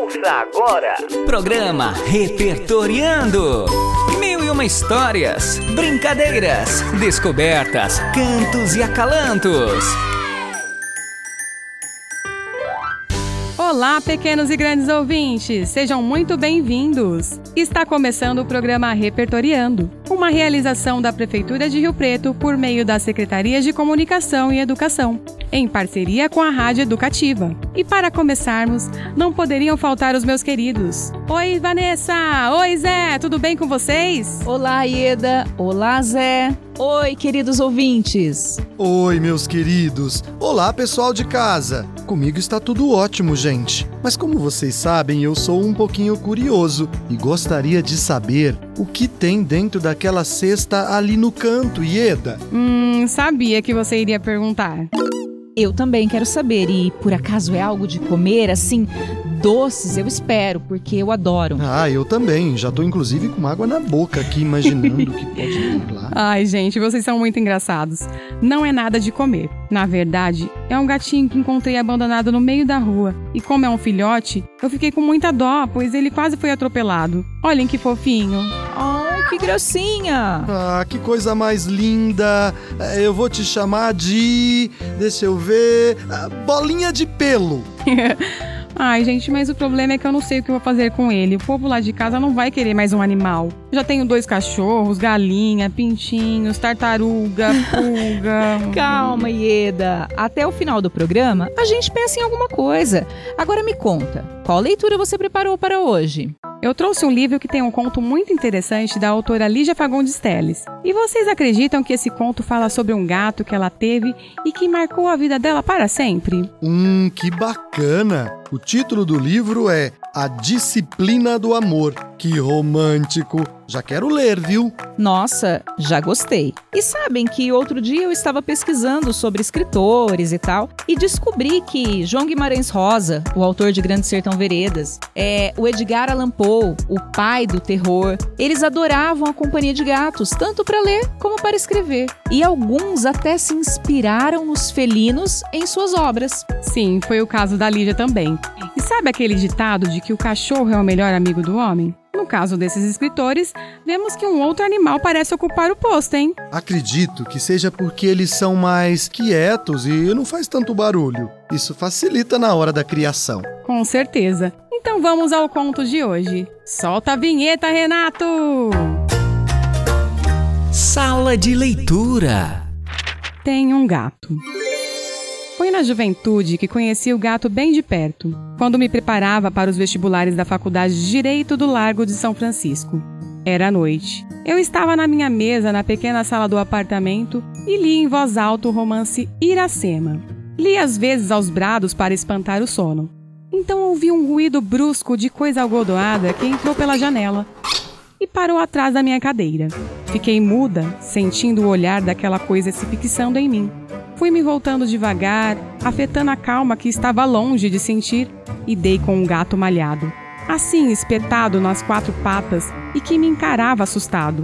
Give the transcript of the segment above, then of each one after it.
Ouça agora. Programa Repertoriando. 1001 histórias, brincadeiras, descobertas, cantos e acalantos. Olá, pequenos e grandes ouvintes, sejam muito bem-vindos! Está começando o programa Repertoriando, uma realização da Prefeitura de Rio Preto por meio das Secretarias de Comunicação e Educação, em parceria com a Rádio Educativa. E para começarmos, não poderiam faltar os meus queridos. Oi, Vanessa! Oi, Zé! Tudo bem com vocês? Olá, Ieda! Olá, Zé! Oi, queridos ouvintes! Oi, meus queridos! Olá, pessoal de casa! Comigo está tudo ótimo, gente. Mas como vocês sabem, eu sou um pouquinho curioso e gostaria de saber o que tem dentro daquela cesta ali no canto, Ieda. Sabia que você iria perguntar. Eu também quero saber, e por acaso é algo de comer, assim, doces? Eu espero, porque eu adoro. Ah, eu também. Já tô inclusive com água na boca aqui, imaginando o que pode ter lá. Ai, gente, vocês são muito engraçados. Não é nada de comer. Na verdade, é um gatinho que encontrei abandonado no meio da rua. E como é um filhote, eu fiquei com muita dó, pois ele quase foi atropelado. Olhem que fofinho. Ai, que gracinha! Ah, que coisa mais linda! Eu vou te chamar de... Deixa eu ver... Bolinha de pelo! Ai, gente, mas o problema é que eu não sei o que eu vou fazer com ele. O povo lá de casa não vai querer mais um animal. Já tenho 2 cachorros, galinha, pintinhos, tartaruga, pulga... Calma, Ieda. Até o final do programa, a gente pensa em alguma coisa. Agora me conta, qual leitura você preparou para hoje? Eu trouxe um livro que tem um conto muito interessante da autora Lígia Fagundes Telles. E vocês acreditam que esse conto fala sobre um gato que ela teve e que marcou a vida dela para sempre? Que bacana! O título do livro é A Disciplina do Amor. Que romântico! Já quero ler, viu? Nossa, já gostei. E sabem que outro dia eu estava pesquisando sobre escritores e tal, e descobri que João Guimarães Rosa, o autor de Grande Sertão Veredas, o Edgar Allan Poe, o pai do terror, eles adoravam a companhia de gatos, tanto para ler como para escrever. E alguns até se inspiraram nos felinos em suas obras. Sim, foi o caso da Lígia também. E sabe aquele ditado de que o cachorro é o melhor amigo do homem? No caso desses escritores, vemos que um outro animal parece ocupar o posto, hein? Acredito que seja porque eles são mais quietos e não faz tanto barulho. Isso facilita na hora da criação. Com certeza. Então vamos ao conto de hoje. Solta a vinheta, Renato! Sala de leitura. Tem um gato. Foi na juventude que conheci o gato bem de perto, quando me preparava para os vestibulares da Faculdade de Direito do Largo de São Francisco. Era noite. Eu estava na minha mesa na pequena sala do apartamento e li em voz alta o romance Iracema. Li às vezes aos brados para espantar o sono. Então ouvi um ruído brusco de coisa algodoada que entrou pela janela e parou atrás da minha cadeira. Fiquei muda, sentindo o olhar daquela coisa se fixando em mim. Fui me voltando devagar, afetando a calma que estava longe de sentir, e dei com um gato malhado, assim espetado nas 4 patas e que me encarava assustado.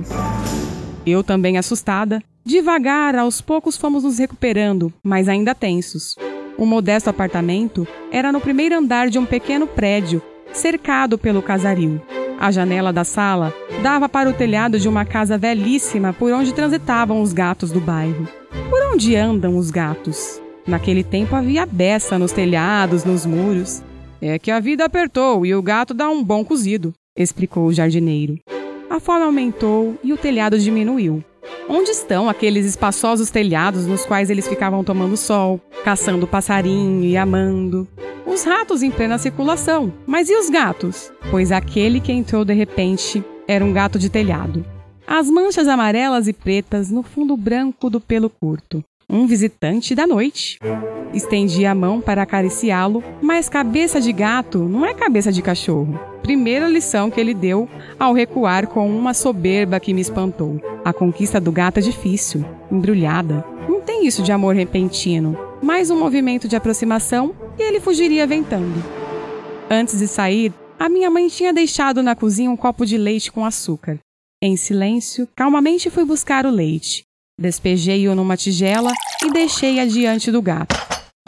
Eu também assustada. Devagar, aos poucos fomos nos recuperando, mas ainda tensos. O modesto apartamento era no primeiro andar de um pequeno prédio, cercado pelo casaril. A janela da sala dava para o telhado de uma casa velhíssima por onde transitavam os gatos do bairro. Por onde andam os gatos? Naquele tempo havia beça nos telhados, nos muros. É que a vida apertou e o gato dá um bom cozido, explicou o jardineiro. A fome aumentou e o telhado diminuiu. Onde estão aqueles espaçosos telhados nos quais eles ficavam tomando sol, caçando passarinho e amando? Os ratos em plena circulação, mas e os gatos? Pois aquele que entrou de repente era um gato de telhado. As manchas amarelas e pretas no fundo branco do pelo curto. Um visitante da noite. Estendi a mão para acariciá-lo, mas cabeça de gato não é cabeça de cachorro. Primeira lição que ele deu ao recuar com uma soberba que me espantou. A conquista do gato é difícil, embrulhada. Não tem isso de amor repentino. Mais um movimento de aproximação e ele fugiria ventando. Antes de sair, a minha mãe tinha deixado na cozinha um copo de leite com açúcar. Em silêncio, calmamente fui buscar o leite. Despejei-o numa tigela e deixei-a diante do gato.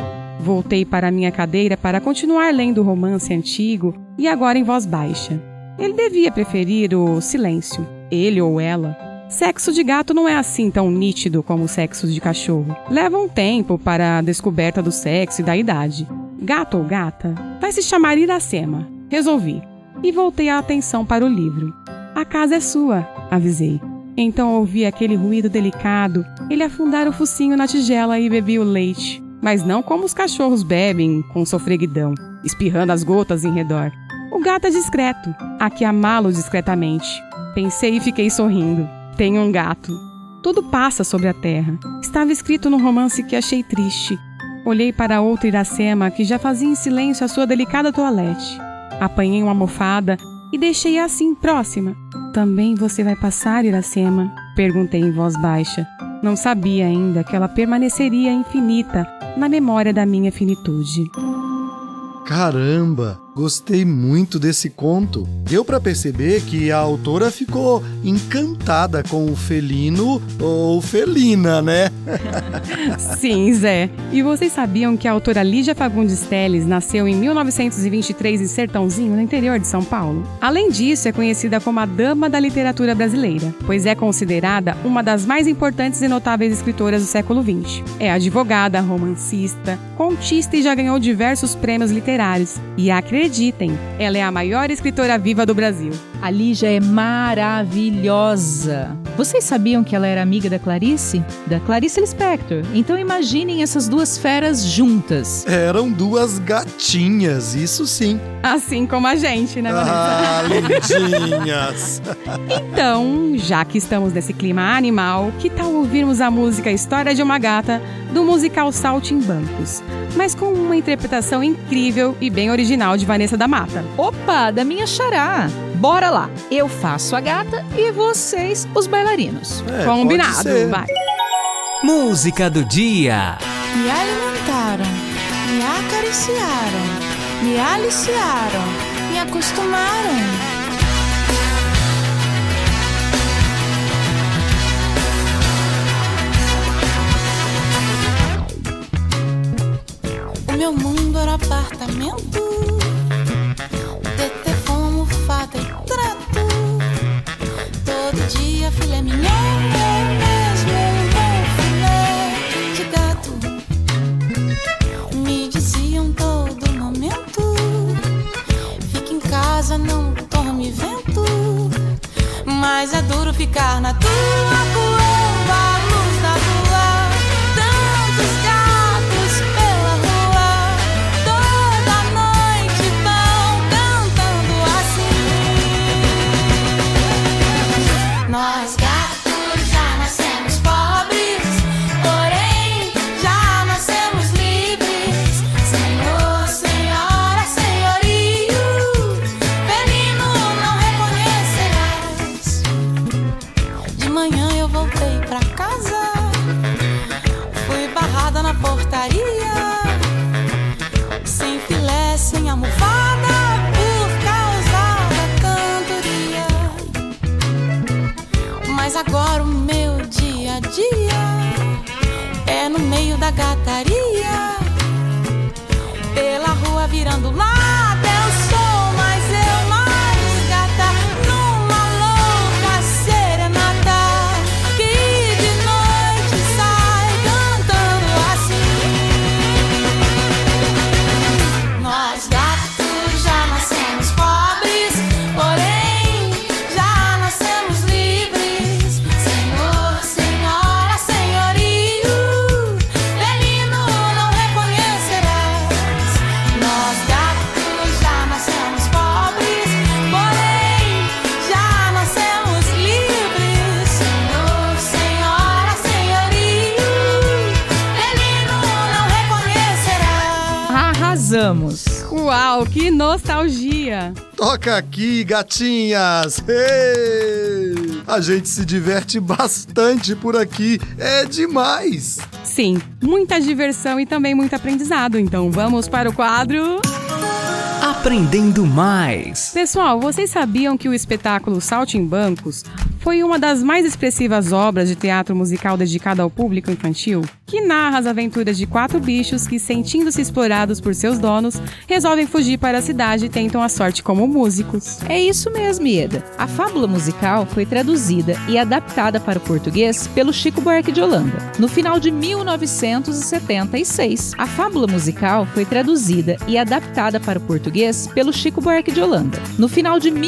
Voltei para minha cadeira para continuar lendo o romance antigo e agora em voz baixa. Ele devia preferir o silêncio, ele ou ela. Sexo de gato não é assim tão nítido como o sexo de cachorro. Leva um tempo para a descoberta do sexo e da idade. Gato ou gata? Vai se chamar Iracema. Resolvi. E voltei a atenção para o livro. A casa é sua, avisei. Então ouvi aquele ruído delicado, ele afundar o focinho na tigela e bebi o leite. Mas não como os cachorros bebem, com sofreguidão, espirrando as gotas em redor. O gato é discreto, há que amá-lo discretamente. Pensei e fiquei sorrindo. Tenho um gato. Tudo passa sobre a terra. Estava escrito no romance que achei triste. Olhei para outra Iracema que já fazia em silêncio a sua delicada toalete. Apanhei uma almofada e deixei-a assim próxima. Também você vai passar, Iracema? Perguntei em voz baixa. Não sabia ainda que ela permaneceria infinita na memória da minha finitude. Caramba, gostei muito desse conto. Deu pra perceber que a autora ficou encantada com o felino ou felina, né? Sim, Zé. E vocês sabiam que a autora Lígia Fagundes Telles nasceu em 1923 em Sertãozinho, no interior de São Paulo? Além disso, é conhecida como a Dama da Literatura Brasileira, pois é considerada uma das mais importantes e notáveis escritoras do século XX. É advogada, romancista, contista e já ganhou diversos prêmios literários. E acreditem, ela é a maior escritora viva do Brasil. A Lígia é maravilhosa. Vocês sabiam que ela era amiga da Clarice? Da Clarice Lispector. Então imaginem essas duas feras juntas. Eram duas gatinhas, isso sim. Assim como a gente, né, Vanessa? Ah, lindinhas! Então, já que estamos nesse clima animal, que tal ouvirmos a música História de uma Gata, do musical Saltimbancos, mas com uma interpretação incrível e bem original de Vanessa da Mata. Opa, da minha xará! Bora lá! Eu faço a gata e vocês os bailarinos. Combinado, vai! Música do dia. Me alimentaram, me acariciaram, me aliciaram, me acostumaram. O meu mundo era apartamento, TT com almofada e trato. Todo dia filé mignon, mesmo um bom filé de gato. Me diziam todo momento, fica em casa, não tome vento. Mas é duro ficar na tua com a luz da rua. Tantos gatos pela rua, toda noite vão cantando assim. Nós gatos já nascemos pobres, porém já nascemos livres. Senhor, senhora, senhorio, felino não reconhecerás. De manhã eu voltei pra casa, fui barrada na portaria, sem filé, sem almofada, por causa da cantoria. Mas agora o meu dia a dia é no meio da gataria, pela rua virando lata. Eu sou mais eu, mais gata, numa louca serenata, que de noite sai cantando assim. Nós gatos já nascemos pobres, porém já nascemos livres. Senhor, senhora, senhorio, felino não reconhecerás. Nós gatos já nascemos pobres, porém já nascemos livres. Senhor, senhora, senhorio, felino não reconhecerás. Arrasamos! Uau, que nostalgia! Toca aqui, gatinhas! Ei! A gente se diverte bastante por aqui, é demais! Sim, muita diversão e também muito aprendizado. Então vamos para o quadro... aprendendo mais. Pessoal, vocês sabiam que o espetáculo Saltimbancos foi uma das mais expressivas obras de teatro musical dedicado ao público infantil? Que narra as aventuras de 4 bichos que, sentindo-se explorados por seus donos, resolvem fugir para a cidade e tentam a sorte como músicos. É isso mesmo, Ieda. A fábula musical foi traduzida e adaptada para o português pelo Chico Buarque de Holanda, no final de 1976. A fábula musical foi traduzida e adaptada para o português pelo Chico Buarque de Holanda, no final de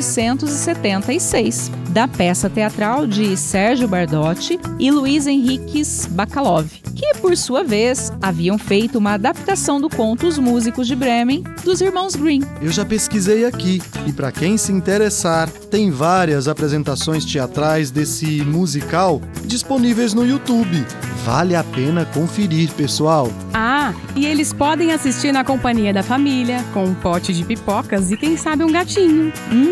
1976, da peça teatral de Sérgio Bardotti e Luiz Henriques Bacalov, que, por sua vez, haviam feito uma adaptação do conto Os Músicos de Bremen, dos irmãos Grimm. Eu já pesquisei aqui, e para quem se interessar, tem várias apresentações teatrais desse musical disponíveis no YouTube. Vale a pena conferir, pessoal. Ah, e eles podem assistir na companhia da família, com um pote de pipocas e quem sabe um gatinho.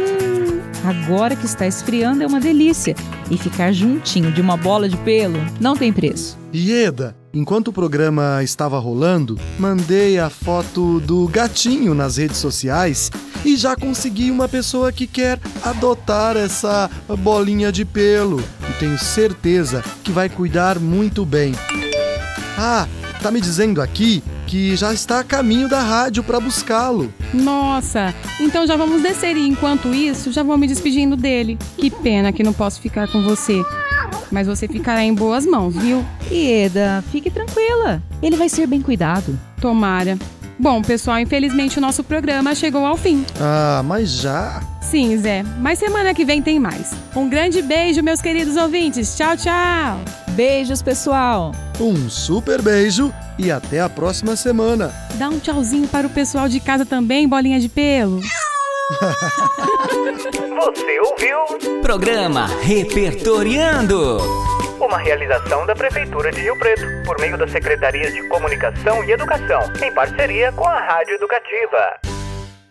Agora que está esfriando é uma delícia. E ficar juntinho de uma bola de pelo não tem preço. Ieda, enquanto o programa estava rolando, mandei a foto do gatinho nas redes sociais e já consegui uma pessoa que quer adotar essa bolinha de pelo. E tenho certeza que vai cuidar muito bem. Ah, tá me dizendo aqui que já está a caminho da rádio para buscá-lo. Nossa, então já vamos descer e enquanto isso já vou me despedindo dele. Que pena que não posso ficar com você, mas você ficará em boas mãos, viu? Ieda, fique tranquila. Ele vai ser bem cuidado. Tomara. Bom, pessoal, infelizmente o nosso programa chegou ao fim. Ah, mas já? Sim, Zé, mas semana que vem tem mais. Um grande beijo, meus queridos ouvintes. Tchau, tchau. Beijos, pessoal. Um super beijo e até a próxima semana. Dá um tchauzinho para o pessoal de casa também, bolinha de pelo. Você ouviu? Programa Repertoriando. Uma realização da Prefeitura de Rio Preto, por meio das Secretarias de Comunicação e Educação, em parceria com a Rádio Educativa.